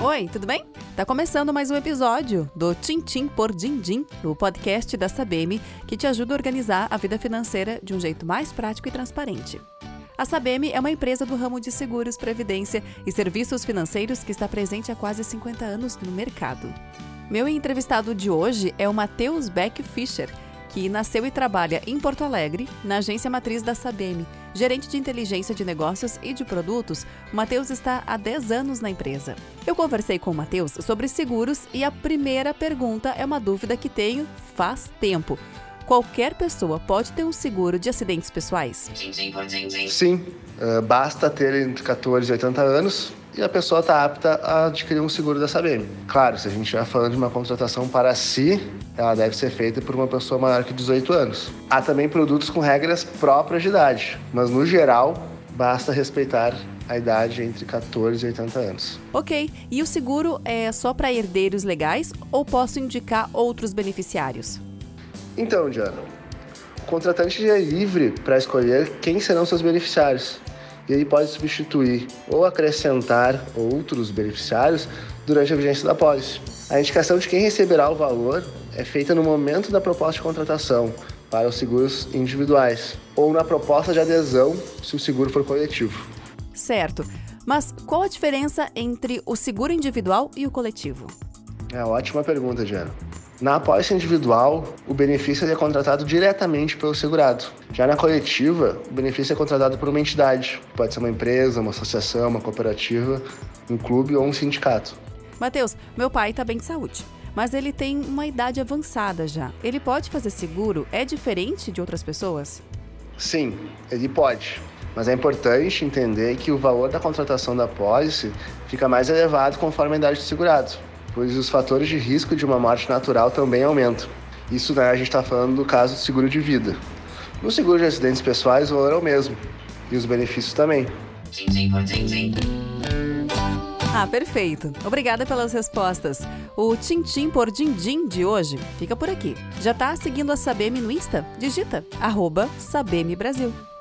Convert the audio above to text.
Oi, tudo bem? Tá começando mais um episódio do Tintim por Dindim, o podcast da Sabem, que te ajuda a organizar a vida financeira de um jeito mais prático e transparente. A Sabem é uma empresa do ramo de seguros, previdência e serviços financeiros que está presente há quase 50 anos no mercado. Meu entrevistado de hoje é o Matheus Beck Fischer, que nasceu e trabalha em Porto Alegre, na agência matriz da Sabem. Gerente de inteligência de negócios e de produtos, o Matheus está há 10 anos na empresa. Eu conversei com o Matheus sobre seguros e a primeira pergunta é uma dúvida que tenho faz tempo. Qualquer pessoa pode ter um seguro de acidentes pessoais? Sim, basta ter entre 14 e 80 anos e a pessoa está apta a adquirir um seguro da Sabem. Claro, se a gente estiver falando de uma contratação para si, ela deve ser feita por uma pessoa maior que 18 anos. Há também produtos com regras próprias de idade, mas no geral, basta respeitar a idade entre 14 e 80 anos. Ok, e o seguro é só para herdeiros legais ou posso indicar outros beneficiários? Então, Diana, o contratante é livre para escolher quem serão seus beneficiários. E ele pode substituir ou acrescentar outros beneficiários durante a vigência da apólice. A indicação de quem receberá o valor é feita no momento da proposta de contratação para os seguros individuais ou na proposta de adesão se o seguro for coletivo. Certo, mas qual a diferença entre o seguro individual e o coletivo? Ótima pergunta, Diana. Na apólice individual, o benefício é contratado diretamente pelo segurado. Já na coletiva, o benefício é contratado por uma entidade. Pode ser uma empresa, uma associação, uma cooperativa, um clube ou um sindicato. Matheus, meu pai está bem de saúde, mas ele tem uma idade avançada já. Ele pode fazer seguro? É diferente de outras pessoas? Sim, ele pode. Mas é importante entender que o valor da contratação da apólice fica mais elevado conforme a idade do segurado, pois os fatores de risco de uma morte natural também aumentam. Isso, a gente está falando do caso do seguro de vida. No seguro de acidentes pessoais, o valor é o mesmo. E os benefícios também. Perfeito. Obrigada pelas respostas. O Tintim por Dindim de hoje fica por aqui. Já está seguindo a Sabem no Insta? Digita @Sabem Brasil.